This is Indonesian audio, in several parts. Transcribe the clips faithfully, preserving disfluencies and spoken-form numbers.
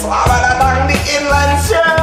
Selamat datang di Inland Show.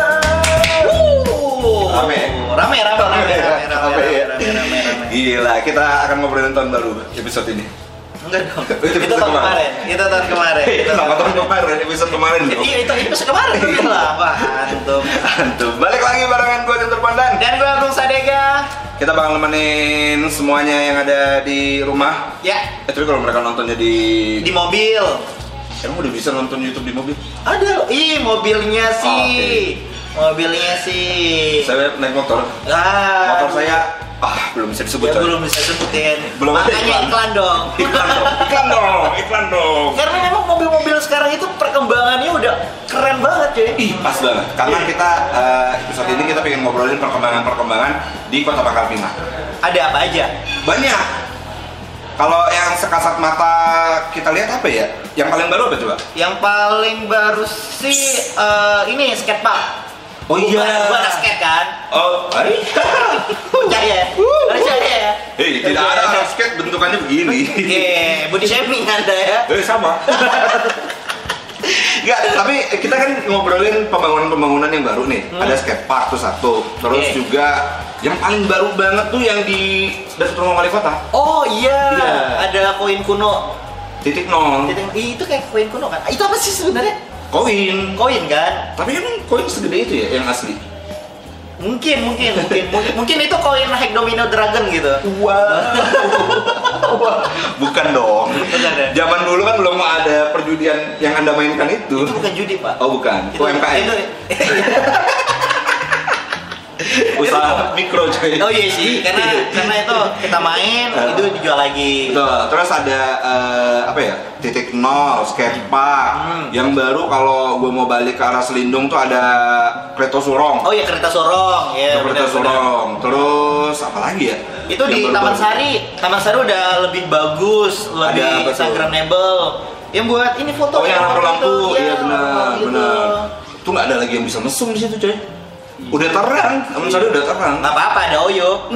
Rame, rame, rame, rame, rame, rame, rame, rame. Gila, kita akan ngobrolin tahun baru episode ini. Enggak dong. Itu tahun kemarin. Itu tahun kemarin. Kenapa tahun kemarin? Episode kemarin dong. Iya, itu episode kemarin tuh lah, Pak. Antum. Antum. Balik lagi barengan gue Guntur Pandan dan gue Agung Sadega. Kita bakal nemenin semuanya yang ada di rumah. Ya. Eh, tapi kalau mereka nontonnya di di mobil. Emang udah bisa nonton YouTube di mobil? Ada, ih mobilnya sih, okay. mobilnya sih. Saya naik motor. Ah, motor saya, ah belum bisa disebut. Ya, belum bisa sebutin. Belum Makanya iklan. iklan dong. Iklan dong, iklan dong, iklan dong. Karena memang mobil-mobil sekarang itu perkembangannya udah keren banget cuy. Ih pas banget. Karena kita uh, episode ini kita pengen ngobrolin perkembangan-perkembangan di Kota Pangkal Pinang. Ada apa aja? Banyak. Kalau yang sekasat mata kita lihat apa ya? Yang paling baru apa coba? Yang paling baru sih uh, ini skatepark. Oh iya. Gua anak skate kan? Oh, hari? Percaya? Percaya ya? Hei, tidak ada anak skate bentukannya begini. Iya, body shaming Anda ya? Eh, sama. Enggak, tapi kita kan ngobrolin pembangunan-pembangunan yang baru nih. Hmm. Ada skatepark tuh satu. Terus okay. juga yang paling baru banget tuh yang di dekat rumah wali kota. Oh iya, iya. Ada koin kuno. Titik nol. Titik, itu kayak koin kuno kan? Itu apa sih sebenarnya? Koin. Koin kan? Tapi kan koin segede itu ya yang asli. Mungkin, mungkin, mungkin, mungkin, mungkin itu koin Hack Domino Dragon gitu. Wah. Wow. Bukan dong. Bukan ya? Zaman dulu kan belum ada perjudian yang Anda mainkan itu. Itu bukan judi, Pak. Oh, bukan. Itu, U M K M. Itu, usaha mikro coy. Oh iya sih, karena karena itu kita main, uh, itu dijual lagi. Betul. Terus ada uh, apa ya? Titik nol, skatepark. Hmm. Yang baru kalau gue mau balik ke arah Selindung tuh ada Kereta Sorong. Oh iya, Kereta Sorong. Ya, Kereta Sorong. Terus apa lagi ya? Itu yang di Taman Sari. Taman Sari udah lebih bagus, lebih instagramable. Yang buat ini foto. Oh, yang lampu-lampu. Iya, ya, benar, benar. Tuh nggak ada lagi yang bisa mesum di situ, coy. Udah terang, Taman Sari udah terang. Nggak apa-apa, ada Oyo.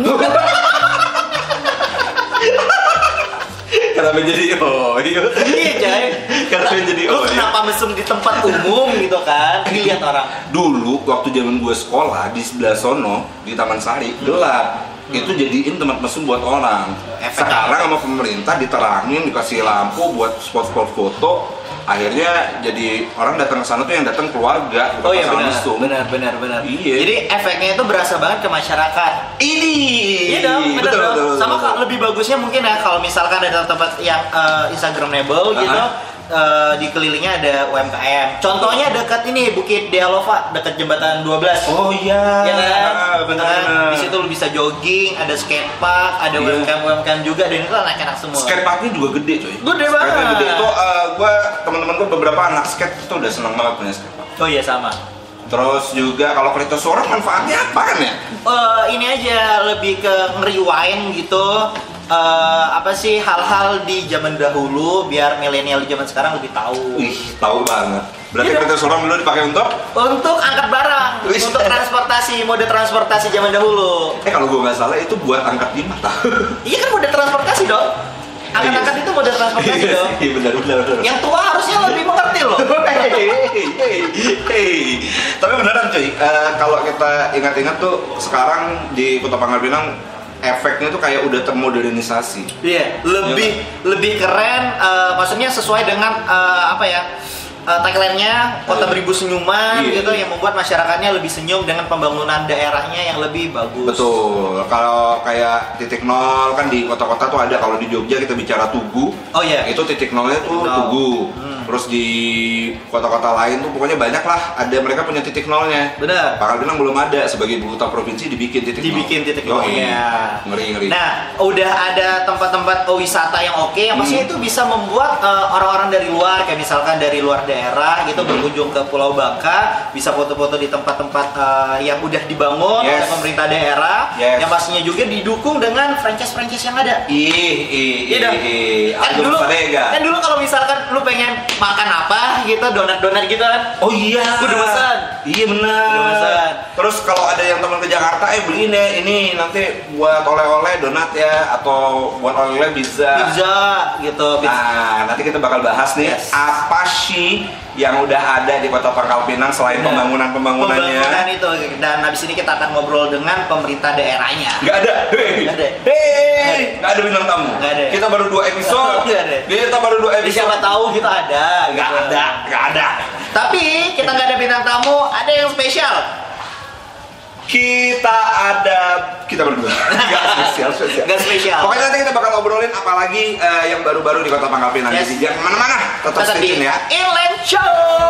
Kenapa jadi Oyo? Iya, coy. Kenapa jadi Oyo? Lu kenapa mesum di tempat umum gitu kan? Dilihat orang. Dulu waktu zaman gue sekolah di sebelah sono di Taman Sari gelap. Hmm. Itu jadiin tempat mesum buat orang. Efek Sekarang sama pemerintah diterangin, dikasih lampu buat spot-spot foto. Akhirnya jadi orang datang ke sana tuh yang datang keluarga, bukan oh, iya, pasangan benar, mesum. Benar, benar, benar. Iya. Jadi efeknya itu berasa banget ke masyarakat. Ini. Iya dong, benar betul, dong. betul, Sama betul. lebih bagusnya mungkin ya kalau misalkan ada tempat yang uh, instagramable uh-huh. gitu. Uh, di kelilingnya ada U M K M. Contohnya dekat ini Bukit Dealova, dekat jembatan dua belas. Oh iya. Ya kan? Benar. Nah, di situ lu bisa jogging, ada skatepark, ada yeah. U M K M U M K M juga, dan itu anak-anak semua. Skateparknya juga gede, coy. Gede banget. Gede. Itu uh, gua teman-teman gua beberapa anak skate itu udah seneng banget punya skatepark. Oh iya sama. Terus juga kalau Kereta Sorong manfaatnya apa kan ya? Uh, ini aja lebih ke ngeriwain gitu. Uh, apa sih hal-hal di zaman dahulu biar milenial di zaman sekarang lebih tahu. Wih, tahu banget. Berarti ya, Kereta Sorong dulu dipakai untuk untuk angkat barang, Wih. untuk transportasi, mode transportasi zaman dahulu. Eh kalau gua nggak salah itu buat angkat di mata. Iya kan mode transportasi dong. Angkat-angkat itu mode transportasi dong. Iya benar benar. Yang tua harusnya lebih mengerti loh. Hey, hey, hey. Tapi beneran cuy, uh, kalau kita ingat-ingat tuh sekarang di Kota Pangkal Pinang efeknya tuh kayak udah termodernisasi. Iya, lebih ya. lebih keren. Uh, maksudnya sesuai dengan uh, apa ya? Uh, tagline-nya Kota Beribu Senyuman yeah. gitu yang membuat masyarakatnya lebih senyum dengan pembangunan daerahnya yang lebih bagus. Betul. Kalau kayak titik nol kan di kota-kota tuh ada. Kalau di Jogja kita bicara Tugu. Oh iya. Yeah. Itu titik nolnya tuh no. Tugu. Hmm. Terus di kota-kota lain tuh pokoknya banyak lah. Ada mereka punya titik nolnya. Benar. Pangkal Pinang belum ada. Sebagai ibu kota provinsi dibikin titik nol. Dibikin titik nol. Iya. Ngeri-ngeri. Nah, udah ada tempat-tempat wisata yang oke. Yang pastinya hmm. itu bisa membuat uh, orang-orang dari luar, kayak misalkan dari luar daerah gitu hmm. berkunjung ke Pulau Bangka, bisa foto-foto di tempat-tempat uh, yang udah dibangun yes. oleh pemerintah daerah, yes. yang pastinya juga didukung dengan franchise-franchise yang ada. Ih, ih, iya dong. Kan dulu, kan dulu kalau misalkan lu pengen makan apa gitu, donat-donat gitu kan? Oh iya. Udah pesan. Iya benar. Udah pesan. Terus kalau ada yang teman ke Jakarta, eh beliin ya ini nanti buat oleh-oleh donat ya, atau buat oleh-oleh pizza. Pizza gitu. Nah, nanti kita bakal bahas nih yes. apa sih yang udah ada di Kota Pangkal Pinang selain Nah, pembangunan-pembangunannya. Pembangunan itu, dan habis ini kita akan ngobrol dengan pemerintah daerahnya. Nggak ada. Hei. Nggak ada. Hei. Nggak ada bintang tamu. Nggak ada. Kita baru dua episode. Nggak ada. Kita baru dua Jadi episode. siapa tahu kita ada. Nggak gitu. ada. Nggak ada. Tapi kita nggak ada bintang tamu, ada yang spesial. Kita ada kita berdua. Nggak spesial, spesial. Nggak spesial. Pokoknya nanti kita bakal ngobrolin apalagi eh, yang baru-baru di Kota Pangkal Pinang. Yes. Jadi jangan kemana-mana. Tetap Tetap stay di tune ya. Inland Show.